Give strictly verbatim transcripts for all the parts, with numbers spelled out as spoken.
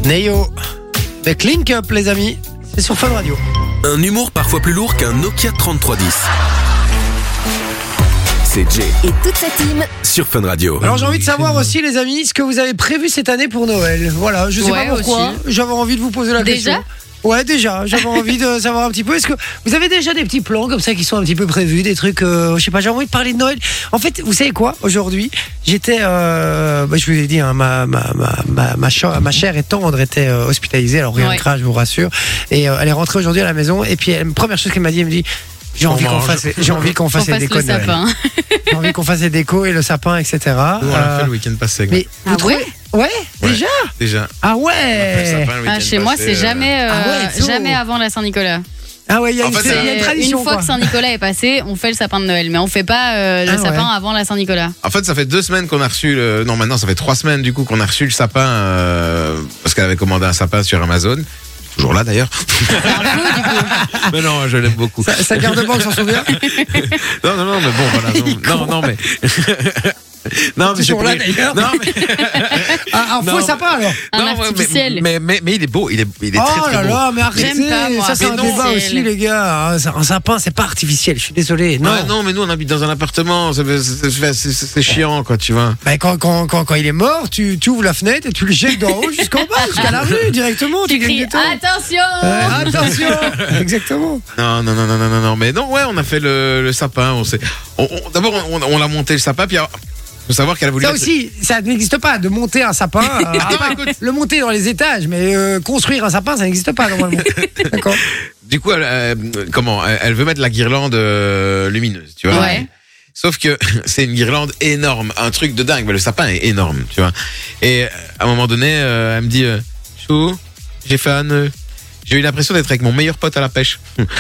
Neyo, avec Link Up, les amis. C'est sur Fun Radio. Un humour parfois plus lourd qu'un Nokia trente-trois dix. C'est Jay Et toute sa team. sur Fun Radio. Alors j'ai envie de savoir aussi, les amis, ce que vous avez prévu cette année pour Noël. Voilà, je sais Ouais, pas pourquoi. aussi. J'avais envie de vous poser la Déjà question. Ouais, déjà. J'avais envie de savoir un petit peu. Est-ce que vous avez déjà des petits plans comme ça qui sont un petit peu prévus, des trucs, euh, je sais pas. J'ai envie de parler de Noël. En fait, vous savez quoi? Aujourd'hui, j'étais, euh, bah, je vous ai dit, hein, ma ma ma ma ma, cha- ma chère et tendre était euh, hospitalisée. Alors rien Ouais. de grave, je vous rassure. Et euh, elle est rentrée aujourd'hui à la maison. Et puis, elle, première chose qu'elle m'a dit, elle me dit. J'ai envie, qu'on fasse, j'ai envie qu'on On fasse les fasse décos le de Noël. sapin. J'ai envie qu'on fasse les décos et le sapin, et cetera. Nous, on l'a Euh, fait le week-end passé. mais vous Ah trouvez ouais Ouais, Ouais. déjà Déjà. Ah On a fait le ouais sapin le week-end Ah, chez moi, passé, c'est euh, jamais, euh, Ah ouais, c'est jamais bon. avant la Saint-Nicolas. Ah ouais, il y a En une, fait, il y a une Et tradition. une fois quoi. que Saint-Nicolas est passé, on fait le sapin de Noël, mais on fait pas euh, le Ah sapin ouais. avant la Saint-Nicolas. En fait, ça fait deux semaines qu'on a reçu le. Non, maintenant, ça fait trois semaines du coup qu'on a reçu le sapin euh, parce qu'elle avait commandé un sapin sur Amazon. Toujours là d'ailleurs. C'est un fou, du coup. Mais non, je l'aime beaucoup. Sa, sa garde-banque, j'en souviens. Non, non, non, mais bon, voilà. Non, non, non mais. Non, mais Toujours c'est là pour- d'ailleurs. Non, mais. Ah, un Non, faux mais- sapin alors. Un Non, ouais, artificiel. Mais, mais, mais, mais il est beau, il est, il est très Oh très là beau. là, mais arrêtez. J'aime pas, moi. Ça, c'est Mais un non. débat aussi, les gars. Un un sapin, c'est pas artificiel. Je suis désolé. Non. Non, non, mais nous on habite dans un appartement, c'est c'est- c'est- c'est- c'est chiant quoi, tu vois. Bah, quand, quand, quand, quand il est mort, tu, tu ouvres la fenêtre et tu le jettes d'en haut jusqu'en bas, jusqu'à la rue, directement. Tu gagnes cries du temps. attention. Ouais, attention. Exactement. Non, non, non, non, non, non, non, mais non, ouais, on a fait le, le sapin, on s'est. on- on- D'abord, on, on l'a monté le sapin, puis alors, faut savoir qu'elle a voulu. Ça mettre- aussi, ça n'existe pas de monter un sapin. euh, après, écoute. le monter dans les étages, mais euh, construire un sapin, ça n'existe pas normalement. D'accord. Du coup, elle, euh, comment elle, elle veut mettre la guirlande euh, lumineuse, tu vois. Ouais. Sauf que c'est une guirlande énorme, un truc de dingue. Mais le sapin est énorme, tu vois. Et euh, à un moment donné, euh, elle me dit, euh, Chou, j'ai fait un nœud. J'ai eu l'impression d'être avec mon meilleur pote à la pêche.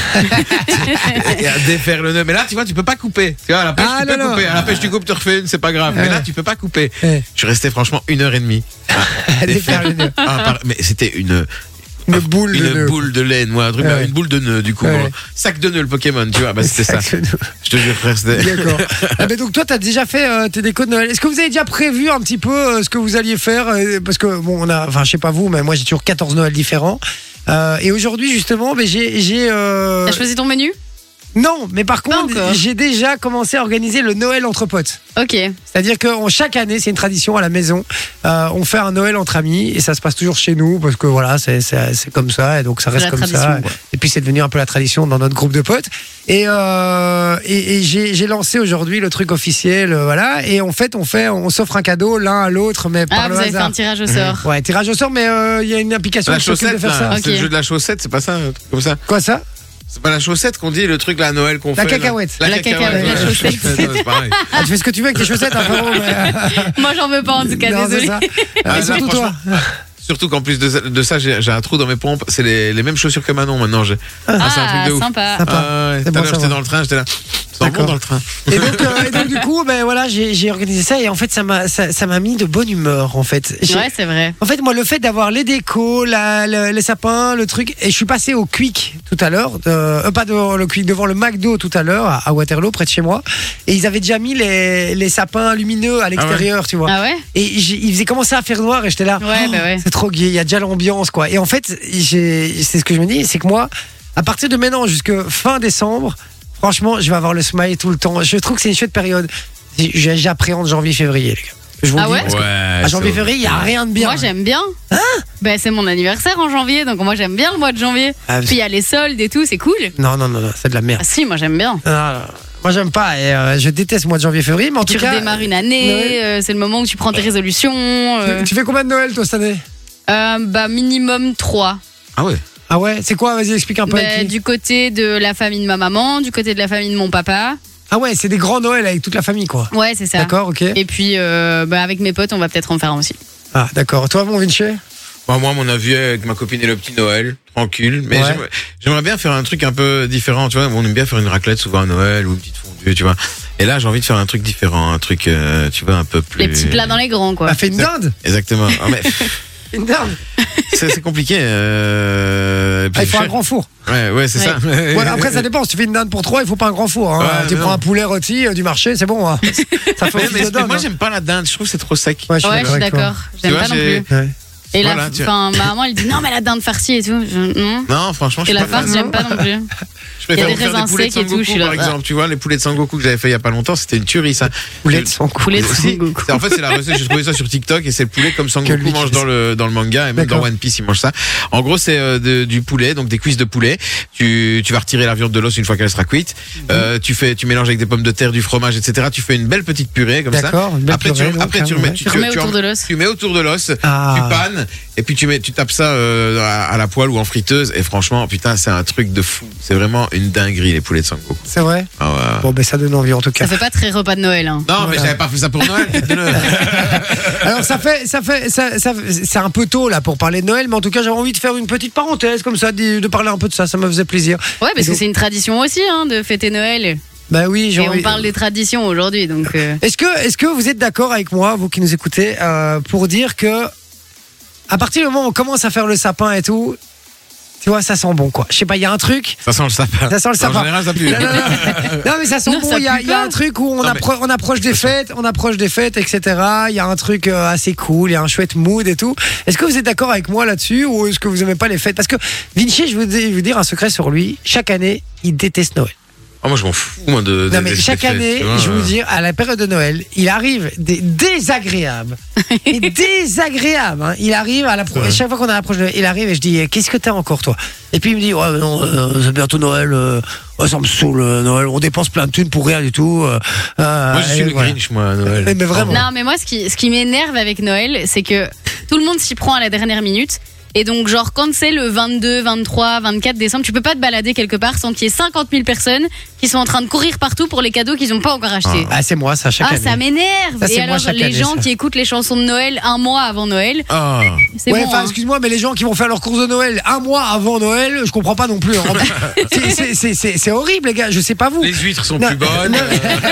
Et à défaire le nœud. Mais là, tu vois, tu peux pas couper. Tu vois, à la pêche, Ah, tu non, peux non. couper. À la pêche, tu coupes, tu refais une, c'est pas grave. Mais Ouais. là, tu peux pas couper. Ouais. Je suis resté franchement une heure et demie. À défaire le nœud. Ah, par- mais c'était une, Une boule de une nœud. boule de laine, moi, un truc, Ouais. une boule de nœud, du coup. Ouais. bon. Sac de nœud, le Pokémon, tu vois. Bah, c'était ça. Sac de nœud. Je te jure, frère, c'était. D'accord. Ah ben donc toi, t'as déjà fait euh, tes décos de Noël. Est-ce que vous avez déjà prévu un petit peu euh, ce que vous alliez faire euh, Parce que bon, on a, enfin, je sais pas vous, mais moi j'ai toujours quatorze Noëls différents. Euh, et aujourd'hui, justement, ben, j'ai, j'ai. euh, T'as choisi ton menu? Non, mais par Pas contre, encore. j'ai déjà commencé à organiser le Noël entre potes. Ok. C'est-à-dire que on- chaque année, c'est une tradition à la maison. Euh, on fait un Noël entre amis et ça se passe toujours chez nous parce que voilà, c'est, c'est, c'est comme ça et donc ça reste la comme ça. tradition, quoi. Et puis c'est devenu un peu la tradition dans notre groupe de potes. Et, euh, et, et j'ai, j'ai lancé aujourd'hui le truc officiel, euh, voilà. Et en fait, on fait, on s'offre un cadeau l'un à l'autre, mais par Ah, le vous avez fait hasard. un tirage au sort. Ouais, tirage au sort, mais euh, il y a une application La qui s'occupe de chaussette, faire là, ça. c'est le Ok. jeu de la chaussette, c'est pas ça, un truc comme ça. Quoi ça C'est pas la chaussette qu'on dit, le truc là à Noël qu'on La fait. là. cacahuète. La cacahuète, la ouais, chaussette. ouais, c'est pareil. Ah, tu fais ce que tu veux avec tes chaussettes, hein, frérot, mais... Moi, j'en veux pas, en tout cas, Non, c'est désolé. ça. Ah, Et là, surtout toi. Surtout qu'en plus de ça, de ça, j'ai j'ai un trou dans mes pompes. C'est les, les mêmes chaussures que Manon maintenant. J'ai. Ah, c'est un truc de ouf. sympa. Sympa. Ah ouais, C'est tout à bon, l'heure, ça j'étais va. dans le train, j'étais là. C'est D'accord. bon dans le train. Et donc, euh, et donc du coup, ben voilà, j'ai, j'ai organisé ça et en fait, ça m'a, ça, ça m'a mis de bonne humeur en fait. J'ai- Ouais, c'est vrai. En fait, moi, le fait d'avoir les décos, la, le- les sapins, le truc, et je suis passé au Quick tout à l'heure, de- euh, pas devant le Quick, devant le McDo tout à l'heure à, à Waterloo, près de chez moi, et ils avaient déjà mis les, les sapins lumineux à l'extérieur, tu vois. Ah ouais? Et j'ai- il faisait commencer à faire noir et j'étais là. Ouais, bah ouais. C'est trop gay, il y a déjà l'ambiance quoi. Et en fait, j'ai, c'est ce que je me dis, c'est que moi, à partir de maintenant jusqu'à fin décembre, franchement, je vais avoir le smile tout le temps. Je trouve que c'est une chouette période. J'ai- J'appréhende janvier-février, les gars. Je vous le Ah dis, ouais parce que Ouais. à janvier-février, il n'y a rien de bien. Moi, j'aime bien. Bah, c'est mon anniversaire en janvier, donc moi, j'aime bien le mois de janvier. Ah, Puis il y a les soldes et tout, c'est cool. Non, non, non, non, c'est de la merde. Ah si, moi, j'aime bien. Ah, moi, j'aime pas. Et, euh, je déteste le mois de janvier-février, mais en Tu tout cas. redémarres une année, Noël. euh, c'est le moment où tu prends tes résolutions. euh, Tu, tu fais combien de Noël, toi, cette année euh, bah, minimum trois. Ah ouais. Ah ouais C'est quoi Vas-y, explique un peu. avec Bah, qui. du côté de la famille de ma maman, du côté de la famille de mon papa. Ah ouais, c'est des grands Noëls avec toute la famille, quoi. Ouais, c'est ça. D'accord, ok. Et puis, euh, bah, avec mes potes, on va peut-être en faire un aussi. Ah, d'accord. Toi, mon Vinci Bah, moi, mon avis avec ma copine et le petit Noël, tranquille. Mais Ouais. j'aimerais- j'aimerais bien faire un truc un peu différent, tu vois. On aime bien faire une raclette souvent à Noël ou une petite fondue, tu vois. Et là, j'ai envie de faire un truc différent, un truc, euh, tu vois, un peu plus. Les petits plats dans les grands, quoi. Bah, fais une dinde Exactement. Ah, mais Une dinde c'est c'est compliqué. Euh... puis Ah, il faut cher. un grand four. Ouais, ouais, c'est Ouais. ça. Ouais, après, ça dépend. Si tu fais une dinde pour trois, il faut pas un grand four. Hein. Ouais, tu mais prends non. un poulet rôti euh, du marché, c'est bon. Hein. Ça fait Mais, office mais- de mais dinde, moi, hein. j'aime pas la dinde. Je trouve que c'est trop sec. Ouais, je suis Ouais, je suis avec toi. d'accord. J'aime Tu vois, pas non j'ai- plus. Ouais. Et la, Voilà, tu- enfin, ma maman elle dit non mais la dinde farcie et tout. Je- non. Non, franchement, je Et la préfère, farce j'aime pas non plus. je préfère il y a vous des faire des raisins poulets de secs et tout, Sangoku, je suis par là- exemple. Tu vois, les poulets de Sangoku que j'avais fait il y a pas longtemps, c'était une tuerie, ça. Poulet Je- de son cou. Poulet de Aussi, Sangoku. c'est- en fait, c'est la recette. J'ai trouvé ça sur TikTok et c'est le poulet comme Que Sangoku lui qui mange fait dans ça. le dans le manga et même D'accord. dans One Piece, il mange ça. En gros, c'est euh, de- du poulet, donc des cuisses de poulet. Tu tu vas retirer la viande de l'os une fois qu'elle sera cuite. Euh, tu fais, tu mélanges avec des pommes de terre, du fromage, et cetera. Tu fais une belle petite purée comme ça. D'accord, une belle Après, purée, tu, donc, après tu hein, remets, ouais. tu, Tu remets tu- autour tu- de l'os. Tu mets autour de l'os, Ah. tu pannes et puis tu mets, tu tapes ça euh, à, à la poêle ou en friteuse. Et franchement, putain, c'est un truc de fou. C'est vraiment une dinguerie les poulets de Sangoku. C'est vrai. Ah ouais. Bon, ben ça donne envie en tout cas. Ça fait pas très repas de Noël. Hein. Non, mais Voilà. j'avais pas fait ça pour Noël. faites-le. Alors ça fait, ça fait, ça, ça- c'est un peu tôt là pour parler de Noël, mais en tout cas j'avais envie de faire une petite parenthèse comme ça, de, de parler un peu de ça, ça me faisait plaisir. Ouais, Et parce donc- que c'est une tradition aussi hein, de fêter Noël. Bah oui, j'ai Et envie. on parle des traditions aujourd'hui, donc. euh, Est-ce que, est-ce que vous êtes d'accord avec moi, vous qui nous écoutez, euh, pour dire que à partir du moment où on commence à faire le sapin et tout, tu vois, ça sent bon quoi. Je sais pas, il y a un truc. Ça sent le sapin. Ça sent le sapin. En général, ça pue. Non, non, non. Non, mais ça sent Non, bon. ça Il y, a- pue il y a pas. un truc où on, Non, mais- appro- on approche des fêtes, on approche des fêtes, et cetera. Il y a un truc euh, assez cool, il y a un chouette mood et tout. Est-ce que vous êtes d'accord avec moi là-dessus ou est-ce que vous aimez pas les fêtes? Parce que Vinci, je vais vous dire un secret sur lui. Chaque année, il déteste Noël. Oh, moi, je m'en fous, moi, de. de- Non mais des- chaque des fêtes, année, tu vois. je vous dis, à la période de Noël, il arrive des désagréables, et désagréables. hein. Il arrive à la pro- Ouais. chaque fois qu'on a l'approche de Noël, il arrive et je dis, qu'est-ce que t'as encore toi? Et puis il me dit, ouais mais non, euh, c'est bientôt Noël, euh, oh, ça me saoule euh, Noël, on dépense plein de thunes pour rien du tout. euh, euh, Moi, je suis et le voilà. Grinch, moi, à Noël. Mais- mais vraiment. Non, mais moi, ce qui, ce qui m'énerve avec Noël, c'est que tout le monde s'y prend à la dernière minute. Et donc, genre, quand c'est le vingt-deux, vingt-trois, vingt-quatre décembre, tu peux pas te balader quelque part sans qu'il y ait cinquante mille personnes qui sont en train de courir partout pour les cadeaux qu'ils n'ont pas encore achetés. Ah c'est moi ça chaque Ah, année. ça m'énerve. Ça, c'est Et moi alors, chaque les année, gens ça. qui écoutent les chansons de Noël un mois avant Noël, Ah. c'est Ouais, bon. enfin, hein. excuse-moi, mais les gens qui vont faire leurs courses de Noël un mois avant Noël, je comprends pas non plus. hein. C'est- c'est- c'est- C'est c'est horrible, les gars. Je sais pas vous. Les huîtres sont Non, plus bonnes. non,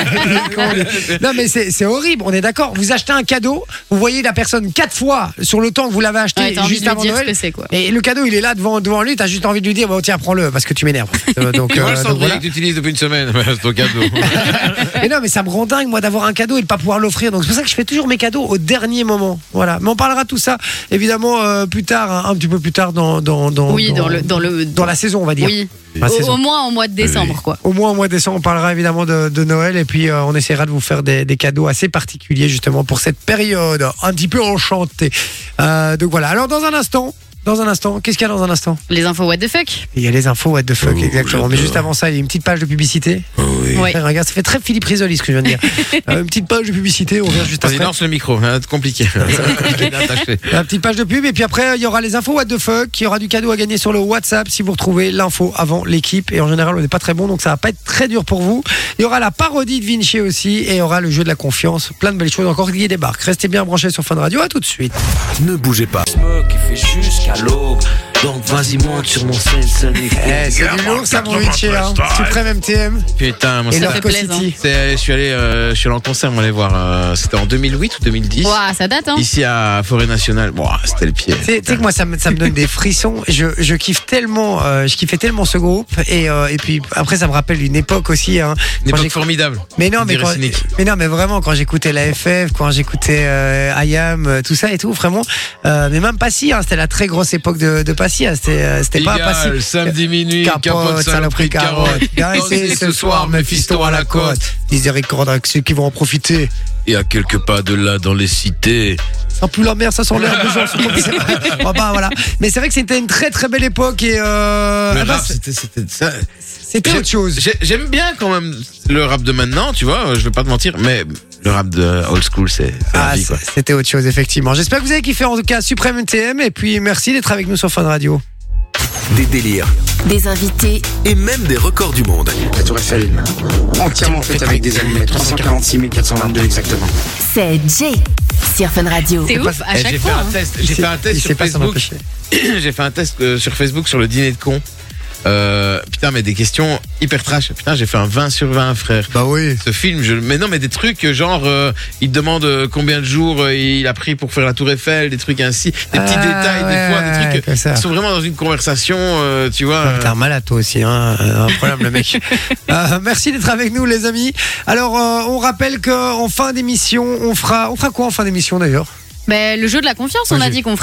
Non, mais c'est c'est horrible, on est d'accord. Vous achetez un cadeau, vous voyez la personne quatre fois sur le temps que vous l'avez acheté Ouais, t'as envie juste de lui avant dire ce Noël. que c'est, quoi. Et le cadeau, il est là devant, devant lui, t'as juste envie de lui dire, bon, tiens, prends-le, parce que tu m'énerves. Euh, Donc, Tu vois euh, le donc cendrier voilà. que tu utilises depuis une semaine. Ouais, c'est ton cadeau. Mais non, mais ça me rend dingue, moi, d'avoir un cadeau et de pas pouvoir l'offrir. Donc c'est pour ça que je fais toujours mes cadeaux au dernier moment. Voilà. Mais on parlera de tout ça, évidemment, euh, plus tard, un, un petit peu plus tard dans, dans, dans, Oui, dans le, dans le, dans la saison, on va dire. oui. La Au, saison. au moins au mois de décembre, quoi. Au moins au mois de décembre, on parlera évidemment de, de Noël et puis euh, on essaiera de vous faire des, des cadeaux assez particuliers justement pour cette période un petit peu enchantée. Euh, donc voilà. Alors dans un instant, dans un instant, qu'est-ce qu'il y a dans un instant? Les infos what the fuck. Il y a les infos what the fuck Oh, exactement. Mais j'adore. juste avant ça, il y a une petite page de publicité. oui. Ouais. Frère, regarde, ça fait très Philippe Risoli ce que je viens de dire. Euh, une petite page de publicité, on revient juste Vas-y, après. lance le micro. Ça va être compliqué. Ça va être compliqué d'attacher. La petite page de pub et puis après il y aura les infos what the fuck, il y aura du cadeau à gagner sur le WhatsApp si vous retrouvez l'info avant l'équipe et en général on n'est pas très bon donc ça va pas être très dur pour vous. Il y aura la parodie de Vinci aussi et il y aura le jeu de la confiance, plein de belles choses encore qui débarquent. Restez bien branchés sur Fun Radio, à tout de suite. Ne bougez pas. Smoke qui fait jusqu'à l'aube. Donc vas-y monte sur mon scène, ça Eh, c'est du lourd ça mon Vinci hein. Suprême M T M Putain, moi, et c'est- Lorco fait plaisir. City. c'est- je suis allé, euh, je suis allé en concert, moi, aller voir. euh, C'était en deux mille huit ou deux mille dix. Ouah, ça date, hein. Ici à Forêt Nationale. Bon, c'était le pied. Tu sais tu sais que moi ça me, ça me donne des frissons. Je, je kiffe tellement, euh, je kiffais tellement ce groupe et, euh, et puis après ça me rappelle une époque aussi. Hein, Une Quand époque j'ai- formidable. Mais non, mais, Dirait quand- cynique. mais non, mais vraiment, quand j'écoutais la F F, quand j'écoutais euh, I A M, euh, tout ça et tout, vraiment. Euh, mais même Passy, hein, c'était la très grosse époque de, de Passy. Hein, c'était, euh, c'était pas Pigalle, Passy. samedi minuit, Capote, capote, saloperie, carotte. Dansez ce soir, Mephisto à la côte. Miséricorde avec ceux qui vont en profiter. Et à quelques pas de là dans les cités. Ça pue la mer, ça sent l'herbe, les gens sont c'est vrai. Bon, bah, voilà. Mais c'est vrai que c'était une très très belle époque et euh, Le ah bah, rap, c'est- c'était, c'était ça. c'était autre chose. J'ai- J'aime bien quand même le rap de maintenant, tu vois, je vais pas te mentir, mais le rap de old school, c'est c'est la Ah, vie, quoi. c'était autre chose, effectivement. J'espère que vous avez kiffé en tout cas Suprême M T M et puis merci d'être avec nous sur Fun Radio. Des délires Des invités, et même des records du monde. La tour Eiffel, entièrement faite avec des allumettes, trois cent quarante-six mille quatre cent vingt-deux exactement. c'est Jay sur Fun Radio. C'est pas- ouf, à Eh, chaque j'ai fait fois. un hein. test, j'ai Il fait un sait- test il sur sait pas s'en Facebook. empêcher. J'ai fait un test euh, sur Facebook sur le dîner de con. Euh, putain, mais des questions hyper trash. Putain, j'ai fait un vingt sur vingt, frère. Bah oui. Ce film, je... mais non, mais des trucs euh, genre, euh, il te demande euh, combien de jours euh, il a pris pour faire la Tour Eiffel, des trucs ainsi, des petits Ah, détails, ouais, des fois, des ouais, trucs comme ça. qui sont vraiment dans une conversation, euh, tu vois. Ah, euh, T'es un malade toi aussi, hein. Euh, un problème le mec. Euh, merci d'être avec nous les amis. Alors euh, on rappelle qu'en fin d'émission, on fera, on fera quoi en fin d'émission d'ailleurs? Ben, le jeu de la confiance, on Moi, a j'ai- dit qu'on ferait.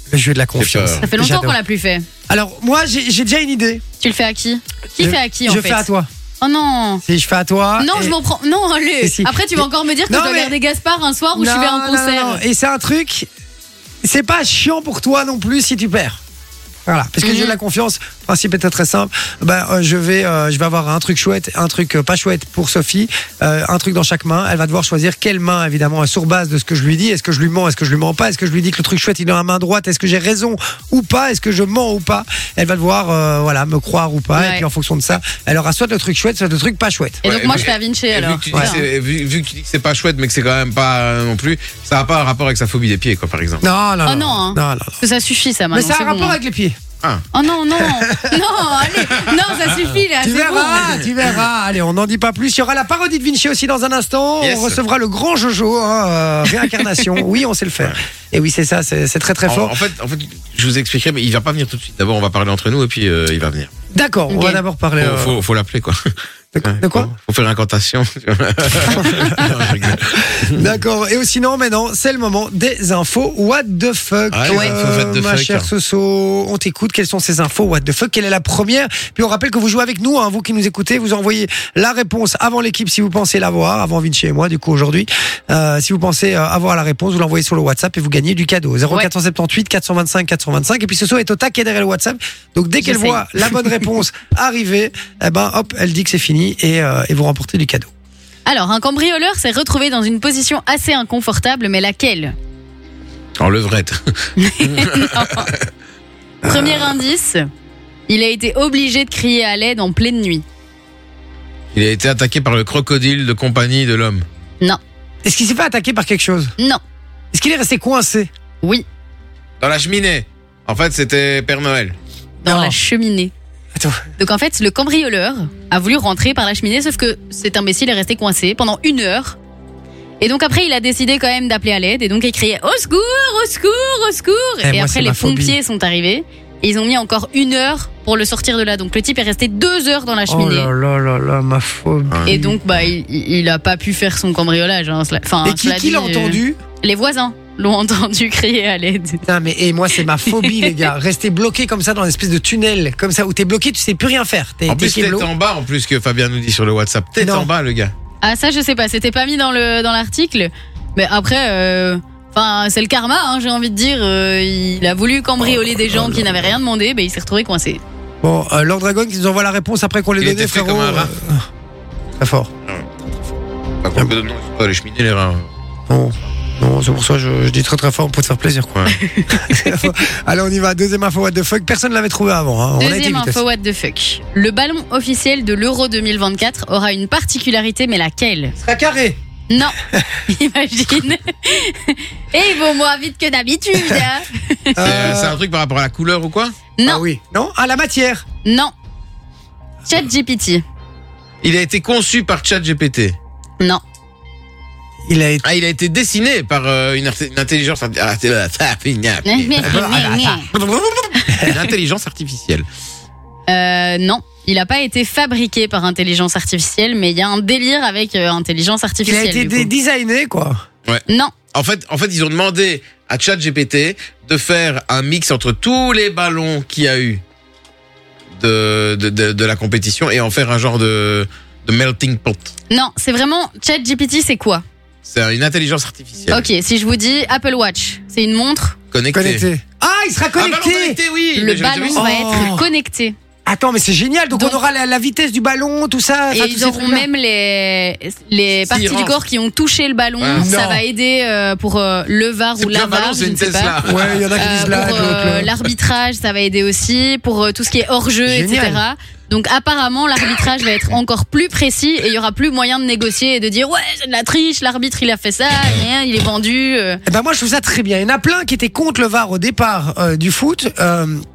Le jeu de la confiance. peur. Ça fait longtemps J'adore. qu'on l'a plus fait. Alors, moi, j'ai j'ai déjà une idée. Tu le fais à qui Qui je, fait à qui en Je fait fais à toi. Oh non. Si je fais à toi. Non, et- je m'en prends. Non, allez. Si, si. Après, tu vas encore me dire que Non, je dois mais- regarder Gaspard un soir où je Non, vais à un non, concert. non, non. Et c'est un truc. C'est pas chiant pour toi non plus si tu perds. Voilà, parce que le jeu de la confiance, le principe était très simple. Ben, euh, je vais, euh, je vais avoir un truc chouette, un truc euh, pas chouette pour Sophie, euh, un truc dans chaque main. Elle va devoir choisir quelle main, évidemment, sur base de ce que je lui dis. Est-ce que je lui mens, est-ce que je lui mens pas, est-ce que je lui dis que le truc chouette il est dans la main droite, est-ce que j'ai raison ou pas, est-ce que je mens ou pas. Elle va devoir, euh, voilà, me croire ou pas. Ouais. Et puis en fonction de ça, elle aura soit le truc chouette, soit le truc pas chouette. Et donc, Ouais, moi, et je vu- fais à Vinci Et alors. vu, que tu dis Ouais. que c'est- vu, vu que tu dis que c'est pas chouette, mais que c'est quand même pas euh, non plus, ça n'a pas un rapport avec sa phobie des pieds, quoi, par exemple. Non, non, Oh non, hein. non, non. Parce que ça suffit, ça Mais maintenant. ça a c'est un rapport bon. avec les pieds. Oh non, non. non, allez. Non, ça suffit là. Tu c'est verras, bon. tu verras. Allez, on n'en dit pas plus. Il y aura la parodie de Vinci aussi dans un instant. Yes. On recevra le grand Jojo, hein, euh, réincarnation. Oui, on sait le faire. Et oui, c'est ça, c'est c'est très très En, fort. en fait, en fait, je vous expliquerai, mais il va pas venir tout de suite. D'abord, on va parler entre nous et puis euh, il va venir. D'accord, on Ok. va d'abord parler. Faut, euh, faut, faut l'appeler, quoi. de, de quoi Faut, faut faire incantation. Non, je rigole. D'accord. Et sinon, maintenant, c'est le moment des infos. What the fuck Ah, les infos what the ma fuck. chère Soso, on t'écoute. Quelles sont ces infos What the fuck Quelle est la première? Puis on rappelle que vous jouez avec nous, hein, vous qui nous écoutez. Vous envoyez la réponse avant l'équipe si vous pensez l'avoir, avant Vinci et moi, du coup, aujourd'hui. Euh, si vous pensez euh, avoir la réponse, vous l'envoyez sur le WhatsApp et vous gagnez du cadeau. zéro quatre cent soixante-dix-huit quatre cent vingt-cinq quatre cent vingt-cinq. Et puis Soso est au taquet derrière le WhatsApp. Donc dès qu'elle J'essaye. voit la bonne réponse arriver, eh ben, hop, elle dit que c'est fini et, euh, et vous remportez du cadeau. Alors, un cambrioleur s'est retrouvé dans une position assez inconfortable, mais laquelle En levrette. Premier indice, il a été obligé de crier à l'aide en pleine nuit. Il a été attaqué par le crocodile de compagnie de l'homme. Non, Est-ce qu'il s'est fait attaquer par quelque chose? non, Est-ce qu'il est resté coincé? oui, Dans la cheminée. En fait, c'était Père Noël. dans Non. la cheminée. Attends. Donc en fait, le cambrioleur a voulu rentrer par la cheminée, sauf que cet imbécile est resté coincé pendant une heure. Et donc après, il a décidé quand même d'appeler à l'aide et donc il criait au secours, au secours, au secours. Eh, et moi, c'est après, ma les phobie. pompiers sont arrivés et ils ont mis encore une heure pour le sortir de là. Donc le type est resté deux heures dans la Oh cheminée. là là là là, ma phobie. Et donc, bah, il, il a pas pu faire son cambriolage. Hein. Cela- Enfin, Et qui, cela qui dit, l'a euh, entendu? Les voisins l'ont entendu crier à l'aide. Putain, mais et moi, c'est ma phobie, les gars. Rester bloqué comme ça dans une espèce de tunnel, comme ça, où t'es bloqué, tu sais plus rien faire. T'es En t'es plus, tête kéblo. en bas, en plus que Fabien nous dit sur le WhatsApp. Tête Non. en bas, le gars. Ah, ça, je sais pas. C'était pas mis dans le dans l'article. Mais après, euh, enfin, c'est le karma. Hein, j'ai envie de dire. Euh, il a voulu cambrioler des gens qui n'avaient rien demandé, mais il s'est retrouvé coincé. Bon, euh, Lord Dragon qui nous envoie la réponse après qu'on l'ait Il donné, était fait frérot. comme un rat. euh, Très fort. Pas qu'on peut- non, c'est pas les cheminées, les rats. Non, non, c'est pour ça que je, je dis très très fort pour te faire plaisir, quoi. Ouais. Allez, on y va. Deuxième info, what the fuck. Personne ne l'avait trouvé avant. Hein. On a été Deuxième vite info, aussi. what the fuck. Le ballon officiel de l'Euro deux mille vingt-quatre aura une particularité, mais laquelle? Ce sera carré. Non, imagine. Et ils vont moins vite que d'habitude. Hein. C'est Euh, c'est un truc par rapport à la couleur ou quoi? Non, Ah oui. Non, à la matière. non. ChatGPT. Il a été conçu par ChatGPT. Non. Il a été. Ah, il a été dessiné par euh, une, art- une intelligence arti- ah, c'est- ah, une intelligence artificielle. Euh, non, il n'a pas été fabriqué par intelligence artificielle, mais il y a un délire avec euh, intelligence Il a artificielle. été du dé- coup. designé, quoi. Non, En fait, en fait, ils ont demandé à ChatGPT de faire un mix entre tous les ballons qu'il y a eu de, de, de, de la compétition et en faire un genre de, de melting pot. non, c'est vraiment ChatGPT, c'est quoi? C'est une intelligence artificielle. Ok, si je vous dis Apple Watch, c'est une montre. Connectée. Connecté. Ah, il sera Ah, ballon connecté. connecté, oui. Le mais j'avais ballon déjà va vu ça. être Oh. connecté. Attends, mais c'est génial. Donc, Donc- on aura la, la vitesse du ballon, tout ça. Et enfin, tous ils ces auront trucs-là. même les, les Si, parties il du rentre. corps qui ont touché le ballon. Ouais. Ça Non. va aider euh, pour euh, le V A R C'est ou plus un la V A ballon, R, c'est je ne une sais pas. Tesla. Ouais, il y en a qui Euh, disent là, pour de l'autre, euh, là. l'arbitrage, ça va aider aussi. Pour euh, tout ce qui est hors-jeu, Génial. et cetera. Donc apparemment, l'arbitrage va être encore plus précis et il y aura plus moyen de négocier et de dire ouais, c'est de la triche, l'arbitre il a fait ça, rien, il est vendu. euh. Eh ben moi je trouve ça très bien. Il y en a plein qui étaient contre le V A R au départ euh, du foot. euh,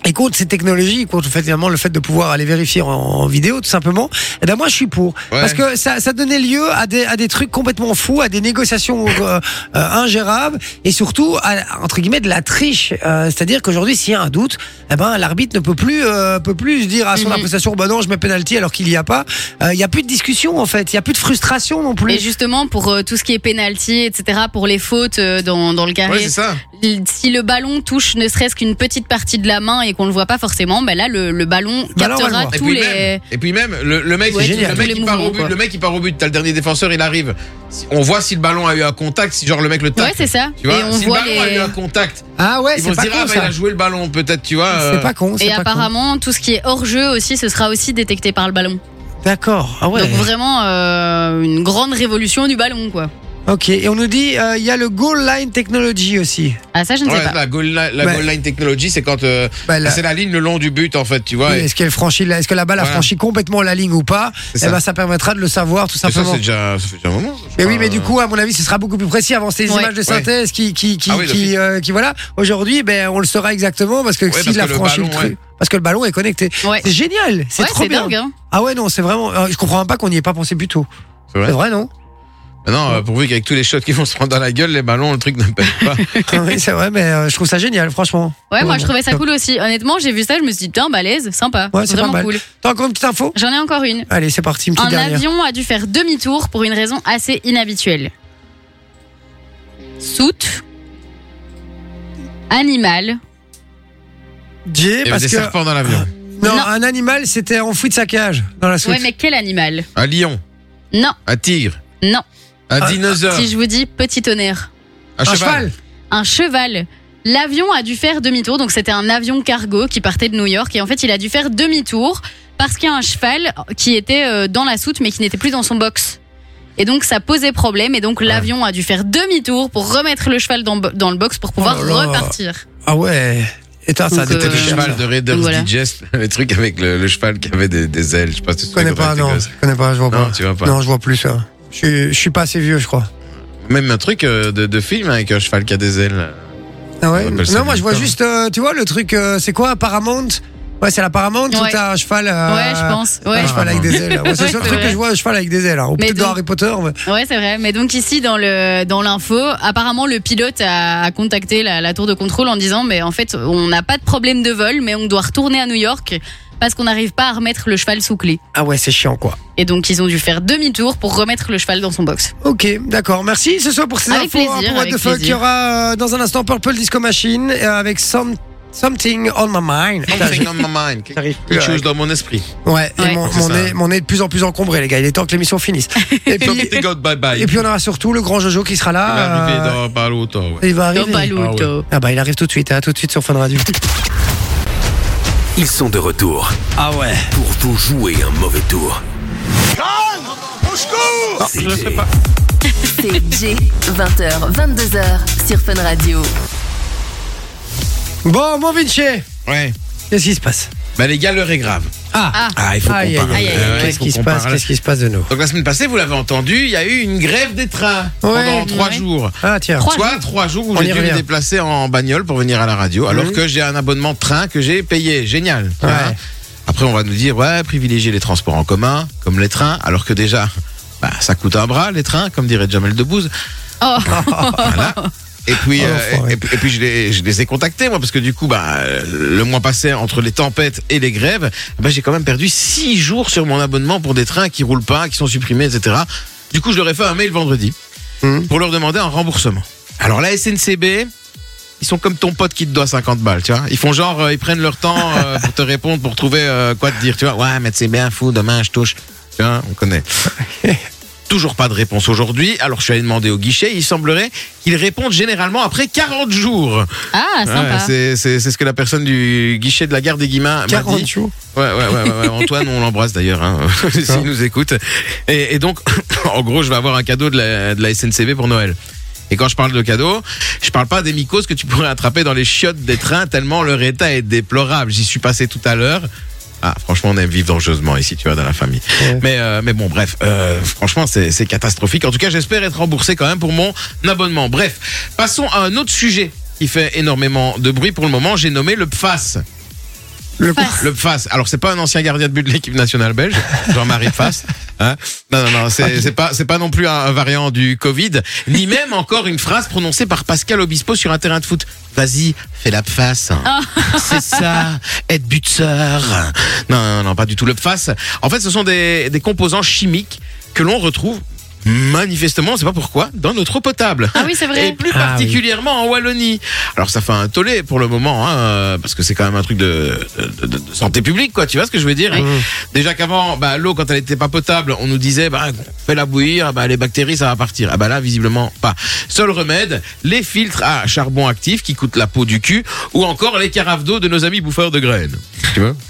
et contre ces technologies, contre le fait, finalement, le fait de pouvoir aller vérifier en, en vidéo, tout simplement, eh ben moi je suis pour. Ouais. Parce que ça, ça donnait lieu à des, à des trucs complètement fous, à des négociations euh, euh, ingérables, et surtout, à, entre guillemets, de la triche. Euh, c'est-à-dire qu'aujourd'hui, s'il y a un doute, eh ben, l'arbitre ne peut plus, euh, peut plus dire à son Mhm. appréciation, bah non, je mets penalty alors qu'il n'y a pas. Il n'y a plus de discussion, en fait. Il n'y a plus de frustration non plus. Et justement, pour euh, tout ce qui est penalty, et cetera, pour les fautes euh, dans, dans le Ouais, carré, c'est ça. si le ballon touche ne serait-ce qu'une petite partie de la main et qu'on le voit pas forcément, ben là, le, le ballon Ballon, on va le captera voir. Et tous puis, les... même, et puis même, le, le mec, Ouais, le génial. mec tous les qui part au mouvements, but, quoi. le mec qui part au but, t'as le dernier défenseur, il arrive. On voit si le ballon a eu un contact, si genre le mec le tacle. Ouais, c'est ça. Tu vois, et on si voit le ballon a eu les... un contact, Ah ouais, ils c'est vont se pas dire, con ah bah ça. il a joué le ballon, peut-être, tu vois. euh, C'est pas con, c'est Et pas con. apparemment, tout ce qui est hors-jeu aussi, ce sera aussi détecté par le ballon. D'accord. Ah ouais. Donc vraiment, euh, une grande révolution du ballon, quoi. Ok. Et on nous dit, euh, il y a le goal line technology aussi. Ah, ça, je ne sais Ouais, pas. la goal line, la Ouais. goal line technology, c'est quand euh, Bah, la- c'est la ligne le long du but en fait, tu vois. Oui, et- Est-ce qu'elle franchit, la- est-ce que la balle a Voilà. franchi complètement la ligne ou pas? C'est Eh ça. ben, ça permettra de le savoir tout et ça, simplement. c'est déjà, ça fait déjà un moment. je Mais crois, oui, mais du euh, coup, à mon avis, ce sera beaucoup plus précis. Avant, c'était des Ouais. images de synthèse qui, qui, qui, Ah oui, qui, d'office. euh, qui, voilà. Aujourd'hui, ben, on le saura exactement parce que Ouais, s'il parce a que le franchi le ballon, truc, ouais. parce que le ballon est connecté. Ouais. C'est génial, c'est Ouais, trop c'est bien. dingue, hein. Ah ouais, non, c'est vraiment. euh, Je comprends même pas qu'on n'y ait pas pensé plus tôt. C'est vrai. C'est vrai, non? Non, euh, pourvu qu'avec tous les shots qui vont se prendre dans la gueule, les ballons, le truc ne pète pas. Oui, c'est vrai, mais euh, je trouve ça génial, franchement. Ouais, moi, je Vraiment. trouvais ça cool aussi. Honnêtement, j'ai vu ça, je me suis dit, putain, balèze, sympa. Ouais, c'est Vraiment pas mal. cool. T'as encore une petite info? J'en ai encore une. Allez, c'est parti, une petite Un dernière. avion a dû faire demi-tour pour une raison assez inhabituelle. Soute, animal, Jay, Il y avait parce des que. serpents dans l'avion. Non, Non. un animal, c'était enfoui de sa cage dans la soute. ouais, mais quel animal? Un lion, Non, un tigre, non. un Ah, dinosaure, Si je vous dis petit tonnerre, un Un cheval. cheval. un cheval. L'avion a dû faire demi-tour, donc c'était un avion cargo qui partait de New York et en fait il a dû faire demi-tour parce qu'il y a un cheval qui était euh, dans la soute mais qui n'était plus dans son box. Et donc ça posait problème et donc l'avion a dû faire demi-tour pour remettre le cheval dans, dans le box pour pouvoir Oh là là. repartir. Ah ouais. Et toi, ça a Donc, été euh, C'était le cheval de Raiders Donc voilà. Digest, le truc avec le, le cheval qui avait des, des ailes. Je sais pas si tu Je connais pas, non. Je connais pas, je vois Non, pas. tu vois pas. Non, je vois plus ça. Je suis, je suis pas assez vieux, je crois. Même un truc euh, de, de film avec un cheval qui a des ailes. Ah ouais? On appelle ça Non, moi je vois Victor. juste, euh, tu vois, le truc, euh, c'est quoi, Paramount? Ouais, c'est la Paramount où Ouais. t'as un cheval. euh, Ouais, je pense. Ouais. Un cheval avec des ailes. Ouais, c'est le seul Ouais, truc c'est que je vois, un cheval avec des ailes. Hein. Ou Mais peut-être dans donc- Harry Potter. Mais... Ouais, c'est vrai. Mais donc ici, dans le dans l'info, apparemment le pilote a, a contacté la, la tour de contrôle en disant, mais en fait, on n'a pas de problème de vol, mais on doit retourner à New York parce qu'on n'arrive pas à remettre le cheval sous clé. Ah ouais, c'est chiant quoi. Et donc ils ont dû faire demi-tour pour remettre le cheval dans son box. Ok, d'accord. Merci ce soir pour ces Avec infos. plaisir, hein, pour What avec the fuck. plaisir. Il y aura euh, dans un instant Purple Disco Machine euh, avec some, Something on my mind. Putain, Something on my mind. j'arrive plus Quelque à- chose dans mon esprit. Ouais, et Ouais. mon, C'est mon ça. nez, mon nez est de plus en plus encombré, les gars. Il est temps que l'émission finisse. Et puis, Something God bye bye. et puis on aura surtout le grand Jojo qui sera Il va là. arriver euh, dans pas longtemps. Ouais. Il va arriver. Dans Baluto. Ah bah il arrive tout de suite, hein, tout de suite sur Fun Radio. Ils sont de retour Ah ouais. pour vous jouer un mauvais tour. C'est Je le fais pas. C'est Jay, vingt heures, vingt-deux heures sur Fun Radio. Bon, mon Vinci, Ouais. qu'est-ce qui se passe? Bah les gars, l'heure est grave. Ah, Ah, Ah, il faut aïe, qu'on aïe, parle. aïe, aïe, Ouais, aïe. ouais, il Qu'est-ce faut qui se qu'on passe? parle. Qu'est-ce qui se passe de nous? Donc la semaine passée, vous l'avez entendu, il y a eu une grève des trains Ouais. pendant trois Ouais. jours. Ah tiens. Trois Soit jours. trois jours où On j'ai y dû me revient. déplacer en bagnole pour venir à la radio, alors Mhm. que j'ai un abonnement de train que j'ai payé. Génial. tu Ouais. vois. Après, on va nous dire, ouais, privilégier les transports en commun, comme les trains, alors que déjà, bah, ça coûte un bras, les trains, comme dirait Jamel Debbouze. Oh. Voilà. Et puis, Oh, euh, l'enfoiré. et, puis- et puis je, les, je les ai contactés, moi, parce que du coup, bah, euh, le mois passé, entre les tempêtes et les grèves, bah, j'ai quand même perdu six jours sur mon abonnement pour des trains qui roulent pas, qui sont supprimés, et cetera. Du coup, je leur ai fait un mail vendredi Mhm. pour leur demander un remboursement. Alors, la S N C B, ils sont comme ton pote qui te doit cinquante balles, tu vois. Ils font genre, euh, ils prennent leur temps euh, pour te répondre, pour trouver euh, quoi te dire, tu vois. Ouais, mais c'est bien fou, demain je touche. Tu vois, on connaît. Toujours pas de réponse aujourd'hui. Alors je suis allé demander au guichet. Il semblerait qu'ils répondent généralement après quarante jours. Ah, sympa. Ouais, c'est, c'est, c'est ce que la personne du guichet de la gare des Guillemins m'a quarante dit. jours. Ouais, ouais, ouais, ouais, ouais. Antoine, on l'embrasse d'ailleurs, hein, s'il nous écoute. Et, et donc, en gros, je vais avoir un cadeau de la, de la S N C B pour Noël. Et quand je parle de cadeau, je parle pas des mycoses que tu pourrais attraper dans les chiottes des trains tellement leur état est déplorable. J'y suis passé tout à l'heure. Ah, franchement, on aime vivre dangereusement ici, tu vois, dans la famille. Ouais. Mais, euh, mais bon, bref, euh, franchement, c'est, c'est catastrophique. En tout cas, j'espère être remboursé quand même pour mon abonnement. Bref, passons à un autre sujet qui fait énormément de bruit pour le moment. J'ai nommé le P F A S. Le coup. Face. Le Pfaff. Alors c'est pas un ancien gardien de but de l'équipe nationale belge, Jean-Marie Pfaff. Hein, non, non, non, c'est, c'est pas, c'est pas non plus un, un variant du Covid, ni même encore une phrase prononcée par Pascal Obispo sur un terrain de foot. Vas-y, fais la Pfaff. C'est ça, être buteur. Non, non, non, pas du tout. Le Pfaff. En fait, ce sont des, des composants chimiques que l'on retrouve manifestement, on sait pas pourquoi, dans notre eau potable. Ah oui, c'est vrai. Et plus Ah particulièrement en Wallonie. Alors ça fait un tollé pour le moment, hein, euh, parce que c'est quand même un truc de, de, de, de santé publique, quoi. Tu vois ce que je veux dire? Oui. Déjà qu'avant, bah, l'eau, quand elle était pas potable, on nous disait, bah, fais-la bouillir, bah, les bactéries, ça va partir. Ah bah là, visiblement pas. Seul remède, les filtres à charbon actif qui coûtent la peau du cul, ou encore les carafes d'eau de nos amis bouffeurs de graines. Tu vois?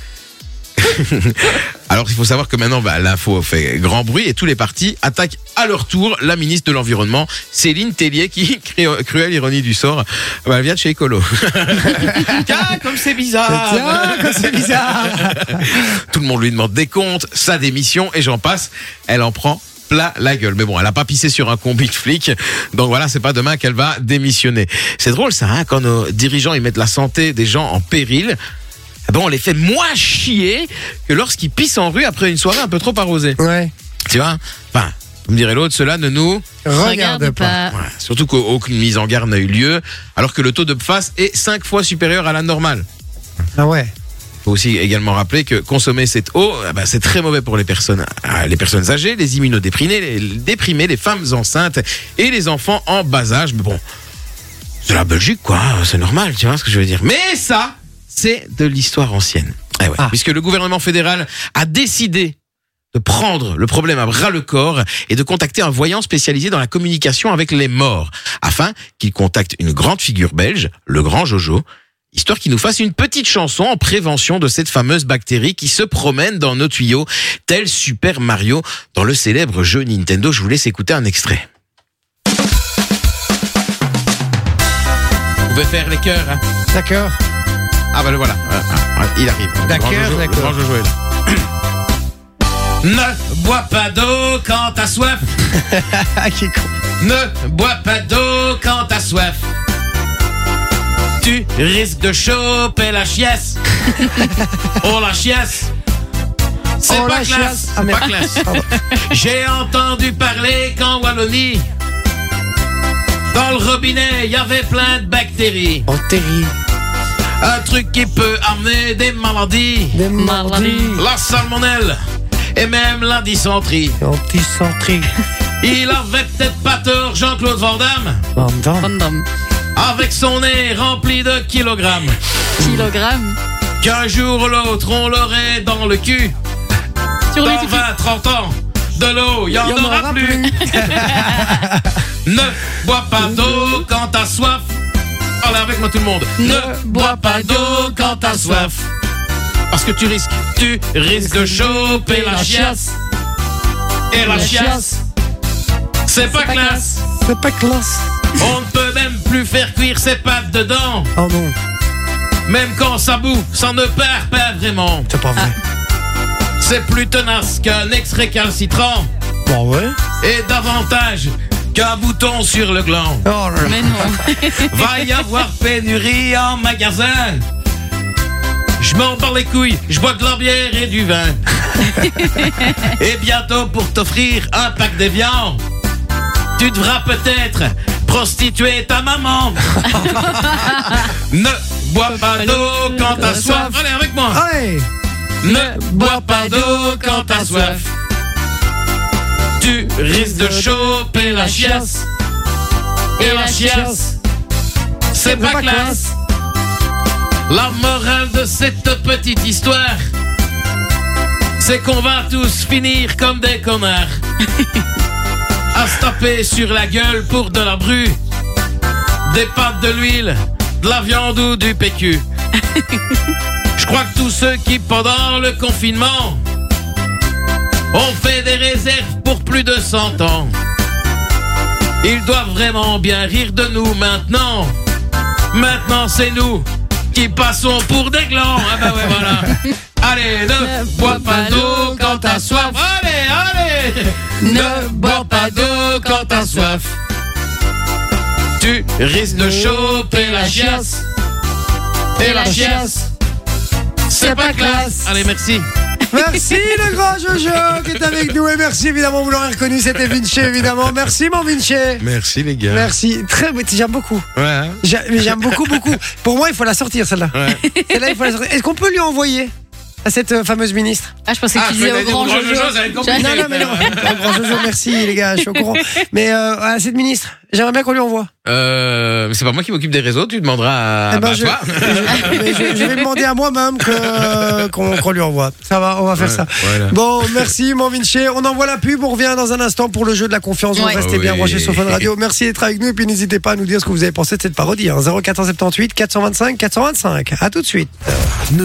Alors il faut savoir que maintenant bah, l'info fait grand bruit et tous les partis attaquent à leur tour la ministre de l'Environnement, Céline Tellier, qui, cruelle ironie du sort, bah, elle vient de chez Écolo. Tiens, comme c'est bizarre. Tiens, comme c'est bizarre. Tout le monde lui demande des comptes, sa démission et j'en passe. Elle en prend plat la gueule. Mais bon, elle a pas pissé sur un combi de flic. Donc voilà, c'est pas demain qu'elle va démissionner. C'est drôle ça, hein, quand nos dirigeants ils mettent la santé des gens en péril. Bon, on les fait moins chier que lorsqu'ils pissent en rue après une soirée un peu trop arrosée. Ouais. Tu vois? Enfin, comme dirait l'autre, cela ne nous... Regarde pas. Voilà. Surtout qu'aucune mise en garde n'a eu lieu, alors que le taux de Pfaff est cinq fois supérieur à la normale. Ah ouais. Il faut aussi également rappeler que consommer cette eau, eh ben, c'est très mauvais pour les personnes, euh, les personnes âgées, les immunodéprimés, les déprimés, les femmes enceintes et les enfants en bas âge. Mais bon, c'est la Belgique, quoi. C'est normal, tu vois ce que je veux dire. Mais ça... c'est de l'histoire ancienne. Eh ouais, Ah. puisque le gouvernement fédéral a décidé de prendre le problème à bras le corps et de contacter un voyant spécialisé dans la communication avec les morts, afin qu'il contacte une grande figure belge, le grand Jojo, histoire qu'il nous fasse une petite chanson en prévention de cette fameuse bactérie qui se promène dans nos tuyaux, tel Super Mario dans le célèbre jeu Nintendo. Je vous laisse écouter un extrait. Vous pouvez faire les chœurs, hein. D'accord. Ah bah le voilà, Ah, ah, ah, il arrive. Le D'accord, grand Jojo, le d'accord. grand Jojo est là. Ne bois pas d'eau quand t'as soif. Ah, qui con. Ne bois pas d'eau quand t'as soif. Tu risques de choper la chiasse. Oh la chiasse. C'est Oh, pas la classe. chiasse. Ah, C'est merde. pas classe. Pardon. J'ai entendu parler qu'en Wallonie, dans le robinet, il y avait plein de bactéries. Oh, terrible. Un truc qui peut amener des maladies. Des Maladie. mardis. La salmonelle et même la dysenterie. Anticentrique. Il avait peut-être pas tort, Jean-Claude Van Damme, Bandam. Van Damme. avec son nez rempli de kilogrammes. Kilogramme. Qu'un jour ou l'autre, on l'aurait dans le cul. Sur les Dans tutus. vingt trente ans, de l'eau, il y en Il y en aura aura plus. plus. Ne bois pas d'eau quand t'as soif. Allez avec moi tout le monde. Ne bois pas d'eau quand t'as soif. Parce que tu risques, tu risques de choper la chiasse. Et la La chiasse, c'est pas pas classe. C'est pas classe. On ne peut même plus faire cuire ses pâtes dedans. Oh non, Même quand ça boue, ça ne perd pas vraiment. c'est pas vrai. C'est plus tenace qu'un ex-récalcitrant. Bon, ouais. Et davantage qu'un bouton sur le gland. Oh là là. Mais non. Va y avoir pénurie en magasin. Je m'en bats les couilles, je bois de la bière et du vin. Et bientôt pour t'offrir un pack de viande, tu devras peut-être prostituer ta maman. Ne bois pas d'eau quand t'as soif. Allez avec moi. Allez. Ne bois pas d'eau quand t'as soif. Tu risques de choper la chiasse. Et la chiasse, c'est pas classe. La morale de cette petite histoire, c'est qu'on va tous finir comme des connards. À se taper sur la gueule pour de la bru, des pâtes, de l'huile, de la viande ou du P Q. Je crois que tous ceux qui, pendant le confinement, ont fait des réserves pour plus de cent ans, ils doivent vraiment bien rire de nous maintenant. Maintenant, c'est nous qui passons pour des glands. Ah bah ouais, voilà. Allez, ne bois pas d'eau quand t'as soif. Allez, allez. Ne bois pas d'eau quand t'as soif. Tu risques de choper la chiasse. Et la chiasse, c'est pas classe. Allez, merci. Merci le grand Jojo qui est avec nous et merci évidemment, vous l'aurez reconnu, c'était Vinci évidemment. Merci mon Vinci. Merci les gars. Merci, très, j'aime beaucoup. Ouais. hein. J'a- mais J'aime beaucoup beaucoup. Pour moi, il faut la sortir celle-là. Ouais. Celle-là, il faut la sortir. Est-ce qu'on peut lui envoyer à cette euh, fameuse ministre? Ah, je pensais Ah, que tu je disais vais au dire grand au grand Jojo. Jojo, ça va être compliqué. Non, non, mais non. Au grand Jojo, merci les gars, je suis au courant. Mais euh, à cette ministre, j'aimerais bien qu'on lui envoie. Euh, c'est pas moi qui m'occupe des réseaux, tu demanderas à Eh ben, bah, je, toi. je- mais je- je vais demander à moi-même que- qu'on qu'on lui envoie. Ça va, on va faire Ouais, ça. voilà. Bon, merci mon Vinci. On envoie la pub, on revient dans un instant pour le jeu de la confiance. Vous Ouais. restez bien Oui. branchés sur Fun Radio. Merci d'être avec nous et puis n'hésitez pas à nous dire ce que vous avez pensé de cette parodie. Hein. zéro quatre cent soixante-dix-huit quatre cent vingt-cinq quatre cent vingt-cinq. À tout de suite.